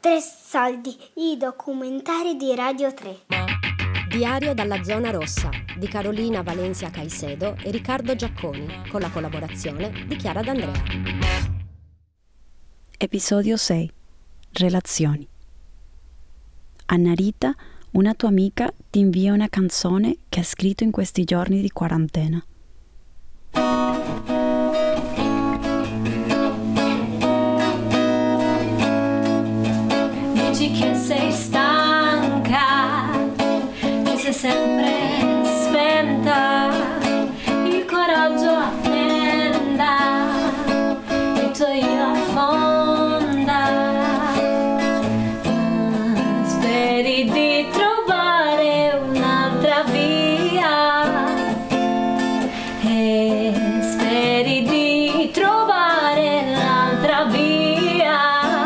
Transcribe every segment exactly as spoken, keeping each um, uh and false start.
Tre soldi, i documentari di Radio tre. Diario dalla zona rossa di Carolina Valencia Caicedo e Riccardo Giacconi, con la collaborazione di Chiara D'Andrea. Episodio sei. Relazioni. Annarita, una tua amica, ti invia una canzone che ha scritto in questi giorni di quarantena. Dici che sei stanca, che sei sempre spenta, il coraggio attenda, il tuo io affonda. Speri di trovare un'altra via e speri di trovare l'altra via.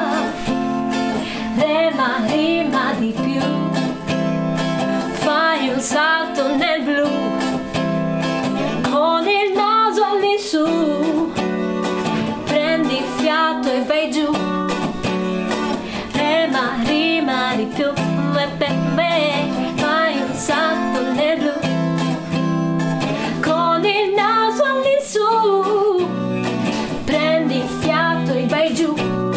Rema, rima di più, fai un salto nel blu, con il naso all'insù, prendi fiato e vai giù. Rema, rima di più, e be, be, fai un salto nel blu, con il naso all'insù, prendi fiato e vai giù.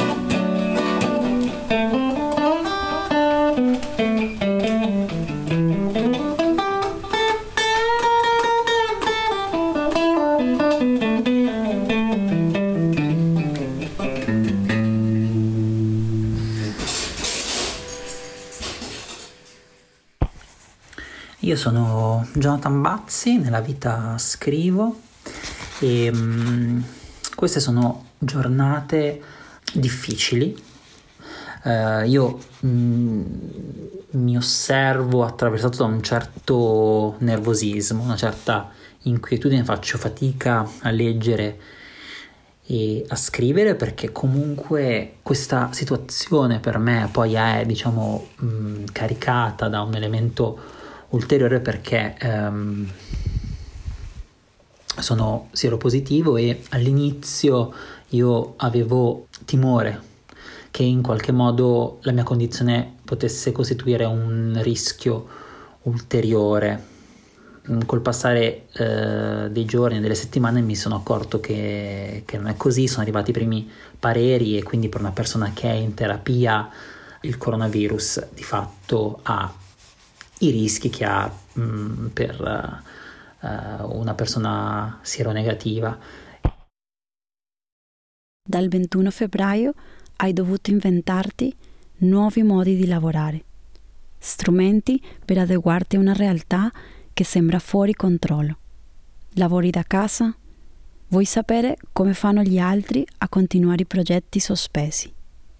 Io sono Jonathan Bazzi, nella vita scrivo e um, queste sono giornate difficili. Uh, io um, mi osservo attraversato da un certo nervosismo, una certa inquietudine, faccio fatica a leggere e a scrivere perché comunque questa situazione per me poi è, diciamo, um, caricata da un elemento ulteriore perché um, sono sieropositivo e all'inizio io avevo timore che in qualche modo la mia condizione potesse costituire un rischio ulteriore. Col passare uh, dei giorni, delle settimane mi sono accorto che, che non è così, sono arrivati i primi pareri e quindi per una persona che è in terapia il coronavirus di fatto ha i rischi che ha mh, per uh, una persona sieronegativa. Dal ventuno febbraio hai dovuto inventarti nuovi modi di lavorare, strumenti per adeguarti a una realtà che sembra fuori controllo. Lavori da casa? Vuoi sapere come fanno gli altri a continuare i progetti sospesi?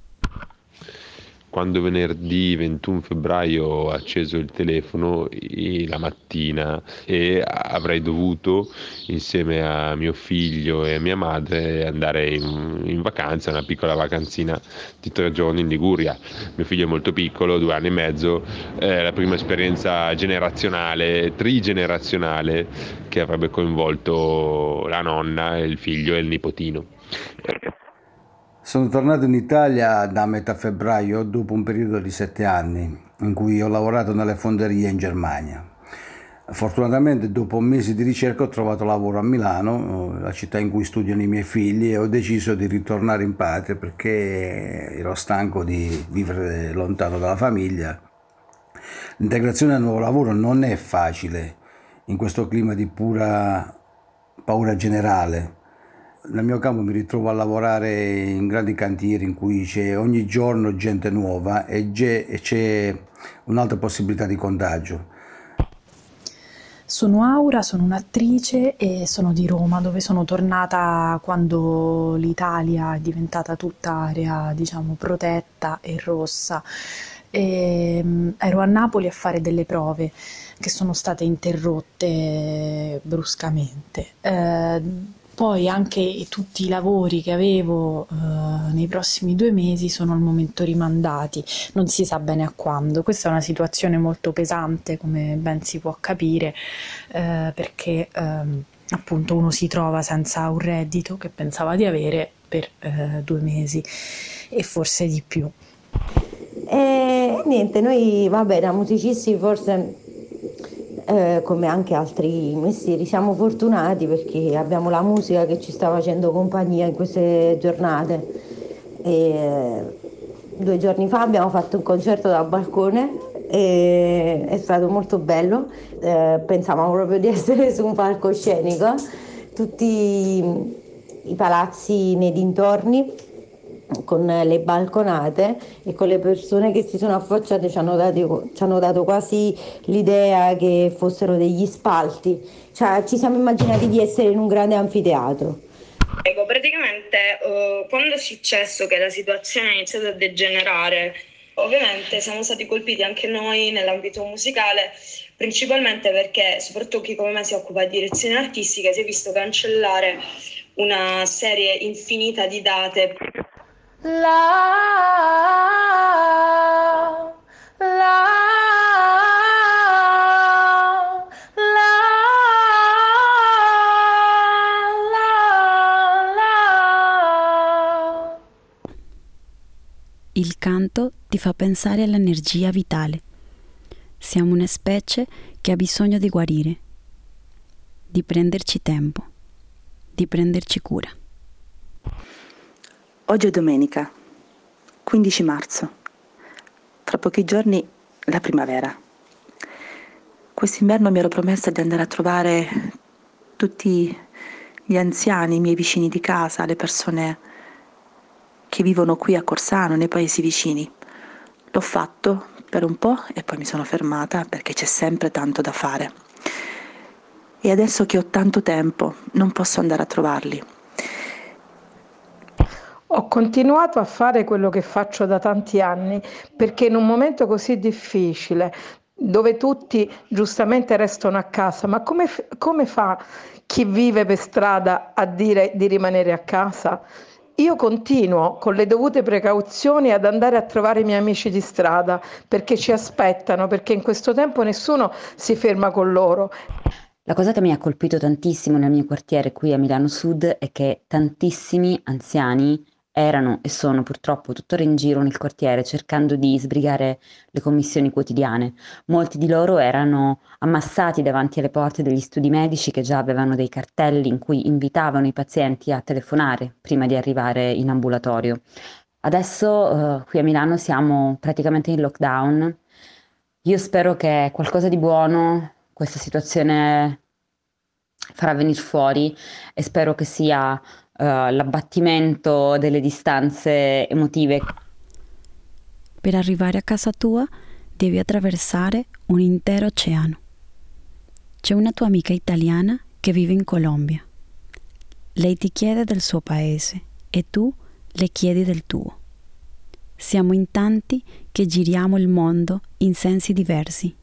Quando venerdì ventuno febbraio ho acceso il telefono la mattina e avrei dovuto, insieme a mio figlio e a mia madre, andare in, in vacanza, una piccola vacanzina di tre giorni in Liguria. Mio figlio è molto piccolo, due anni e mezzo, è la prima esperienza generazionale, trigenerazionale, che avrebbe coinvolto la nonna, il figlio e il nipotino. Sono tornato in Italia da metà febbraio dopo un periodo di sette anni in cui ho lavorato nelle fonderie in Germania. Fortunatamente dopo mesi di ricerca ho trovato lavoro a Milano, la città in cui studiano i miei figli, e ho deciso di ritornare in patria perché ero stanco di vivere lontano dalla famiglia. L'integrazione al nuovo lavoro non è facile in questo clima di pura paura generale. Nel mio campo mi ritrovo a lavorare in grandi cantieri in cui c'è ogni giorno gente nuova e c'è un'altra possibilità di contagio. Sono Aura, sono un'attrice e sono di Roma, dove sono tornata quando l'Italia è diventata tutta area, diciamo, protetta e rossa. E, um, ero a Napoli a fare delle prove che sono state interrotte bruscamente. Eh, Poi anche tutti i lavori che avevo eh, nei prossimi due mesi sono al momento rimandati, non si sa bene a quando. Questa è una situazione molto pesante, come ben si può capire, eh, perché ehm, appunto uno si trova senza un reddito che pensava di avere per eh, due mesi e forse di più. niente, noi vabbè da musicisti forse eh, come anche altri mestieri siamo fortunati perché abbiamo la musica che ci sta facendo compagnia in queste giornate. E due giorni fa abbiamo fatto un concerto dal balcone e è stato molto bello, eh, pensavamo proprio di essere su un palcoscenico, tutti i palazzi nei dintorni con le balconate e con le persone che si sono affacciate ci hanno dato, ci hanno dato quasi l'idea che fossero degli spalti, cioè ci siamo immaginati di essere in un grande anfiteatro. Ecco, praticamente uh, quando è successo che la situazione ha iniziato a degenerare, ovviamente siamo stati colpiti anche noi nell'ambito musicale, principalmente perché soprattutto chi come me si occupa di direzione artistica si è visto cancellare una serie infinita di date. La, la, la, la, la. Il canto ti fa pensare all'energia vitale. Siamo una specie che ha bisogno di guarire, di prenderci tempo, di prenderci cura. Oggi è domenica, quindici marzo. Tra pochi giorni la primavera. Quest'inverno mi ero promessa di andare a trovare tutti gli anziani, i miei vicini di casa, le persone che vivono qui a Corsano, nei paesi vicini. L'ho fatto per un po' e poi mi sono fermata perché c'è sempre tanto da fare. E adesso che ho tanto tempo non posso andare a trovarli. Ho continuato a fare quello che faccio da tanti anni perché in un momento così difficile, dove tutti giustamente restano a casa, ma come, come fa chi vive per strada a dire di rimanere a casa? Io continuo con le dovute precauzioni ad andare a trovare i miei amici di strada perché ci aspettano, perché in questo tempo nessuno si ferma con loro. La cosa che mi ha colpito tantissimo nel mio quartiere qui a Milano Sud è che tantissimi anziani erano e sono purtroppo tuttora in giro nel quartiere cercando di sbrigare le commissioni quotidiane. Molti di loro erano ammassati davanti alle porte degli studi medici che già avevano dei cartelli in cui invitavano i pazienti a telefonare prima di arrivare in ambulatorio. Adesso eh, qui a Milano siamo praticamente in lockdown. Io spero che qualcosa di buono questa situazione farà venire fuori e spero che sia uh, l'abbattimento delle distanze emotive. Per arrivare a casa tua devi attraversare un intero oceano. C'è una tua amica italiana che vive in Colombia. Lei ti chiede del suo paese e tu le chiedi del tuo. Siamo in tanti che giriamo il mondo in sensi diversi.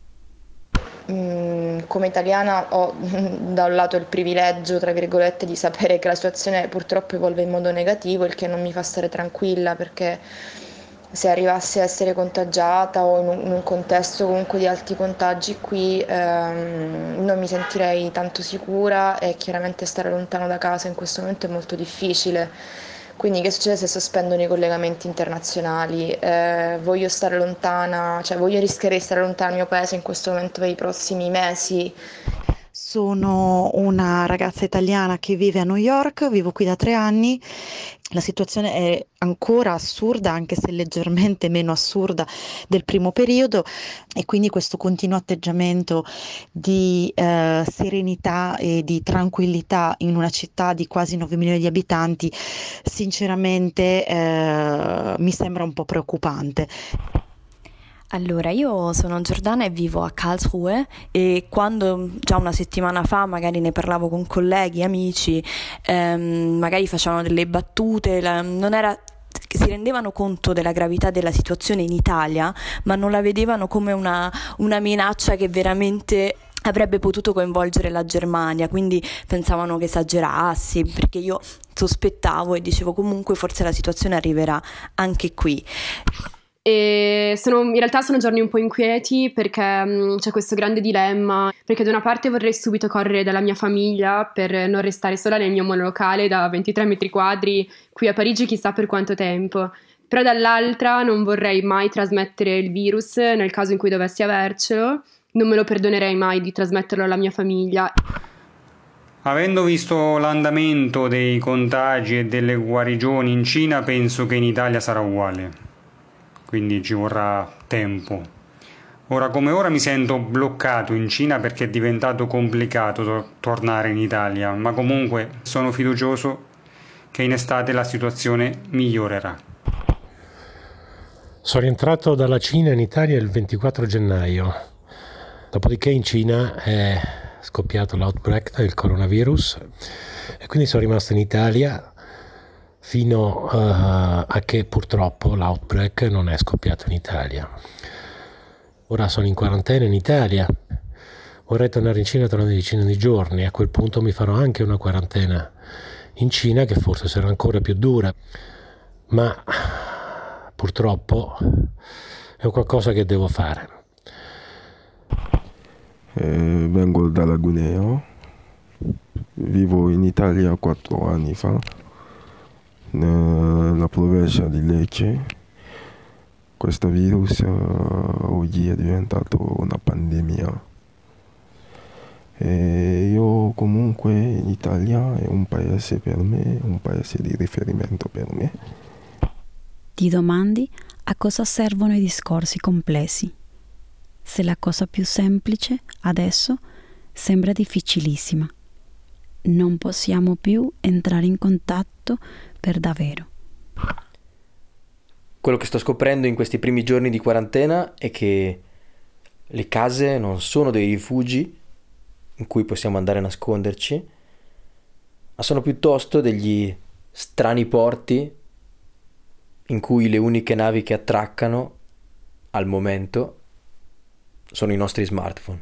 Come italiana ho da un lato il privilegio, tra virgolette, di sapere che la situazione purtroppo evolve in modo negativo, il che non mi fa stare tranquilla, perché se arrivassi a essere contagiata o in un, in un contesto comunque di alti contagi qui ehm, non mi sentirei tanto sicura e chiaramente stare lontano da casa in questo momento è molto difficile. Quindi che succede se sospendono i collegamenti internazionali? Eh, voglio stare lontana, cioè voglio rischiare di stare lontana dal mio paese in questo momento per i prossimi mesi. Sono una ragazza italiana che vive a New York, vivo qui da tre anni. La situazione è ancora assurda, anche se leggermente meno assurda del primo periodo, e quindi questo continuo atteggiamento di eh, serenità e di tranquillità in una città di quasi nove milioni di abitanti, sinceramente eh, mi sembra un po' preoccupante. Allora, io sono Giordana e vivo a Karlsruhe e quando già una settimana fa magari ne parlavo con colleghi, amici, ehm, magari facevano delle battute, la, non era, si rendevano conto della gravità della situazione in Italia, ma non la vedevano come una, una minaccia che veramente avrebbe potuto coinvolgere la Germania, quindi pensavano che esagerassi, perché io sospettavo e dicevo comunque forse la situazione arriverà anche qui. E sono, in realtà sono giorni un po' inquieti perché um, c'è questo grande dilemma, perché da una parte vorrei subito correre dalla mia famiglia per non restare sola nel mio monolocale da ventitré metri quadri qui a Parigi chissà per quanto tempo, però dall'altra non vorrei mai trasmettere il virus nel caso in cui dovessi avercelo, non me lo perdonerei mai di trasmetterlo alla mia famiglia. Avendo visto l'andamento dei contagi e delle guarigioni in Cina, penso che in Italia sarà uguale, quindi ci vorrà tempo. Ora come ora mi sento bloccato in Cina perché è diventato complicato to- tornare in Italia, ma comunque sono fiducioso che in estate la situazione migliorerà. Sono rientrato dalla Cina in Italia il ventiquattro gennaio, dopodiché in Cina è scoppiato l'outbreak del coronavirus e quindi sono rimasto in Italia fino uh, a che purtroppo l'outbreak non è scoppiato in Italia. Ora sono in quarantena in Italia, vorrei tornare in Cina tra una decina di giorni, a quel punto mi farò anche una quarantena in Cina che forse sarà ancora più dura, ma purtroppo è qualcosa che devo fare. Eh, vengo dalla Guinea, vivo in Italia quattro anni fa, nella provincia di Lecce. Questo virus uh, oggi è diventato una pandemia. E io comunque in Italia è un paese per me, un paese di riferimento per me. Ti domandi a cosa servono i discorsi complessi. Se la cosa più semplice adesso sembra difficilissima. Non possiamo più entrare in contatto per davvero. Quello che sto scoprendo in questi primi giorni di quarantena è che le case non sono dei rifugi in cui possiamo andare a nasconderci, ma sono piuttosto degli strani porti in cui le uniche navi che attraccano al momento sono i nostri smartphone.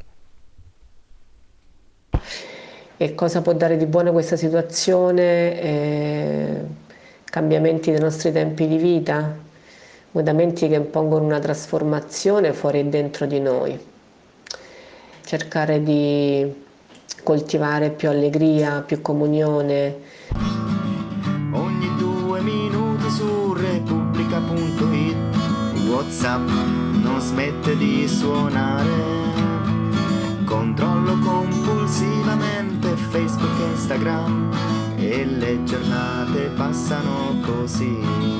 E cosa può dare di buono questa situazione? Eh, cambiamenti dei nostri tempi di vita, mutamenti che impongono una trasformazione fuori e dentro di noi. Cercare di coltivare più allegria, più comunione. Ogni due minuti su Repubblica punto it WhatsApp non smette di suonare. Controllo compulsivamente Facebook e Instagram e le giornate passano così.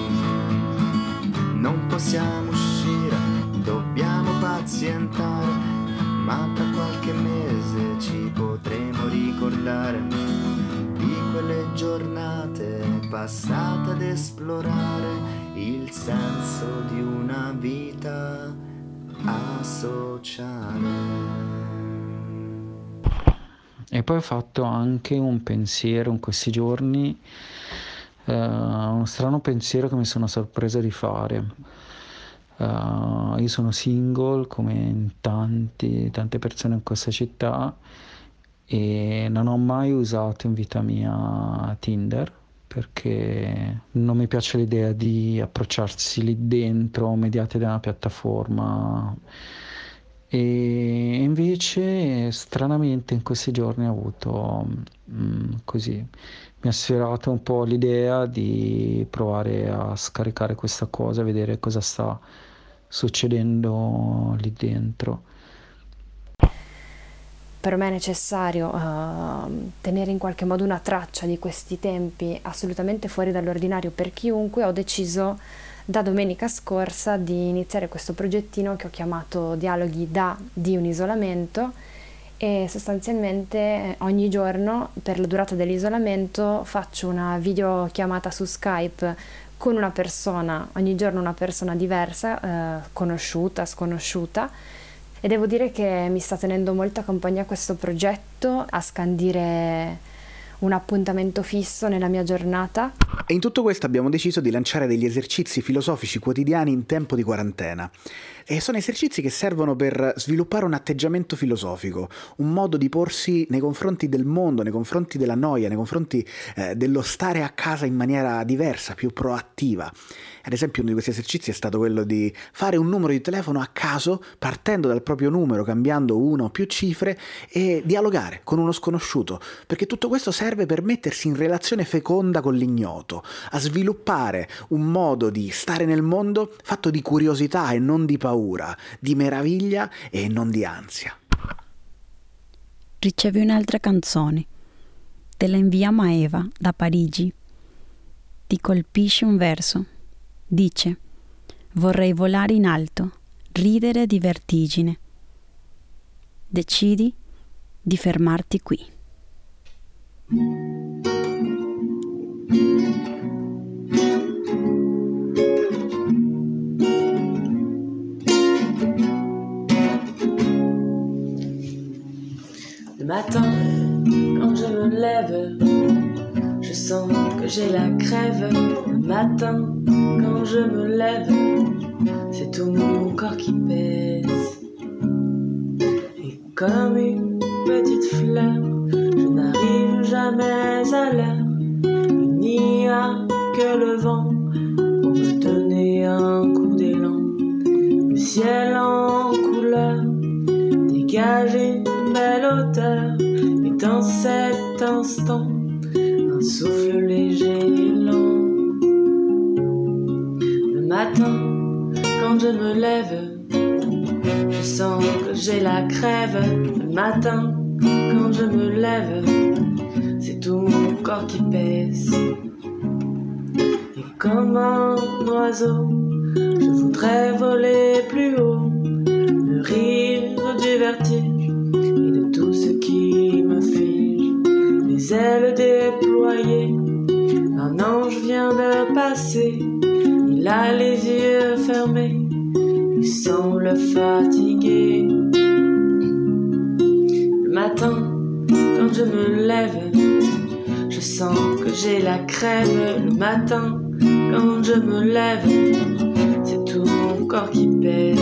Non possiamo uscire, dobbiamo pazientare, ma tra qualche mese ci potremo ricordare di quelle giornate passate ad esplorare il senso di una vita asociale. E poi ho fatto anche un pensiero in questi giorni, eh, uno strano pensiero che mi sono sorpreso di fare. Uh, io sono single come in tanti, tante persone in questa città e non ho mai usato in vita mia Tinder perché non mi piace l'idea di approcciarsi lì dentro mediante da una piattaforma. E invece stranamente in questi giorni ho avuto mm, così mi ha sfiorato un po' l'idea di provare a scaricare questa cosa, vedere cosa sta succedendo lì dentro. Per me è necessario uh, tenere in qualche modo una traccia di questi tempi assolutamente fuori dall'ordinario per chiunque. Ho deciso da domenica scorsa di iniziare questo progettino che ho chiamato Dialoghi da di un isolamento, e sostanzialmente ogni giorno per la durata dell'isolamento faccio una videochiamata su Skype con una persona, ogni giorno una persona diversa, eh, conosciuta, sconosciuta, e devo dire che mi sta tenendo molta compagnia questo progetto a scandire un appuntamento fisso nella mia giornata. E in tutto questo abbiamo deciso di lanciare degli esercizi filosofici quotidiani in tempo di quarantena. E sono esercizi che servono per sviluppare un atteggiamento filosofico, un modo di porsi nei confronti del mondo, nei confronti della noia, nei confronti eh, dello stare a casa in maniera diversa, più proattiva. Ad esempio, uno di questi esercizi è stato quello di fare un numero di telefono a caso, partendo dal proprio numero, cambiando una o più cifre, e dialogare con uno sconosciuto, perché tutto questo serve serve per mettersi in relazione feconda con l'ignoto, a sviluppare un modo di stare nel mondo fatto di curiosità e non di paura, di meraviglia e non di ansia. Ricevi un'altra canzone. Te la invia Maeva da Parigi. Ti colpisce un verso. Dice: vorrei volare in alto, ridere di vertigine. Decidi di fermarti qui. Le matin, quand je me lève, je sens que j'ai la crève. Le matin, quand je me lève, c'est tout mon corps qui pèse. Et comme une petite fleur, je n'arrive jamais à l'heure. Il n'y a que le vent pour me donner un coup d'élan. Le ciel en couleur dégage une belle hauteur. Et dans cet instant, un souffle léger et lent. Le matin, quand je me lève, je sens que j'ai la crève. Le matin, quand je me lève, c'est tout mon corps qui pèse. Et comme un oiseau, je voudrais voler plus haut, le rire du vertige et de tout ce qui me fige. Les ailes déployées, un ange vient de passer. Il a les yeux fermés, il semble fatigué. Le matin, quand je me lève, je sens que j'ai la crève. Le matin, quand je me lève, c'est tout mon corps qui pèse.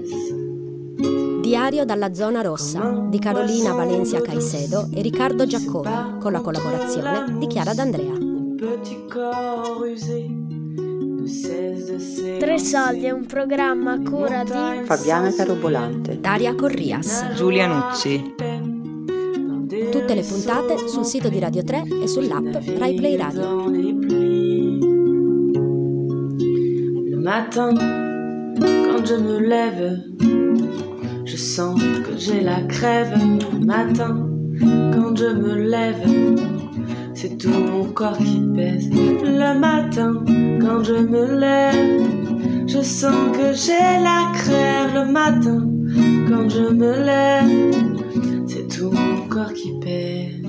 Diario dalla zona rossa di Carolina Valencia Caicedo e Riccardo Giacconi, con la collaborazione di Chiara D'Andrea. Tre Soldi è un programma a cura di Fabiana Carobolante, Daria Corrias, Giulia Nucci. Tutte le puntate sul sito di Radio tre e sull'app Rai Play Radio. Le matin, quand je me lève, je sens que j'ai la crève. Le matin, quand je me lève, c'est tout mon corps qui pèse. Le matin, quand je me lève, je sens que j'ai la crève. Le matin, quand je me lève, c'est tout mon corps qui pèse.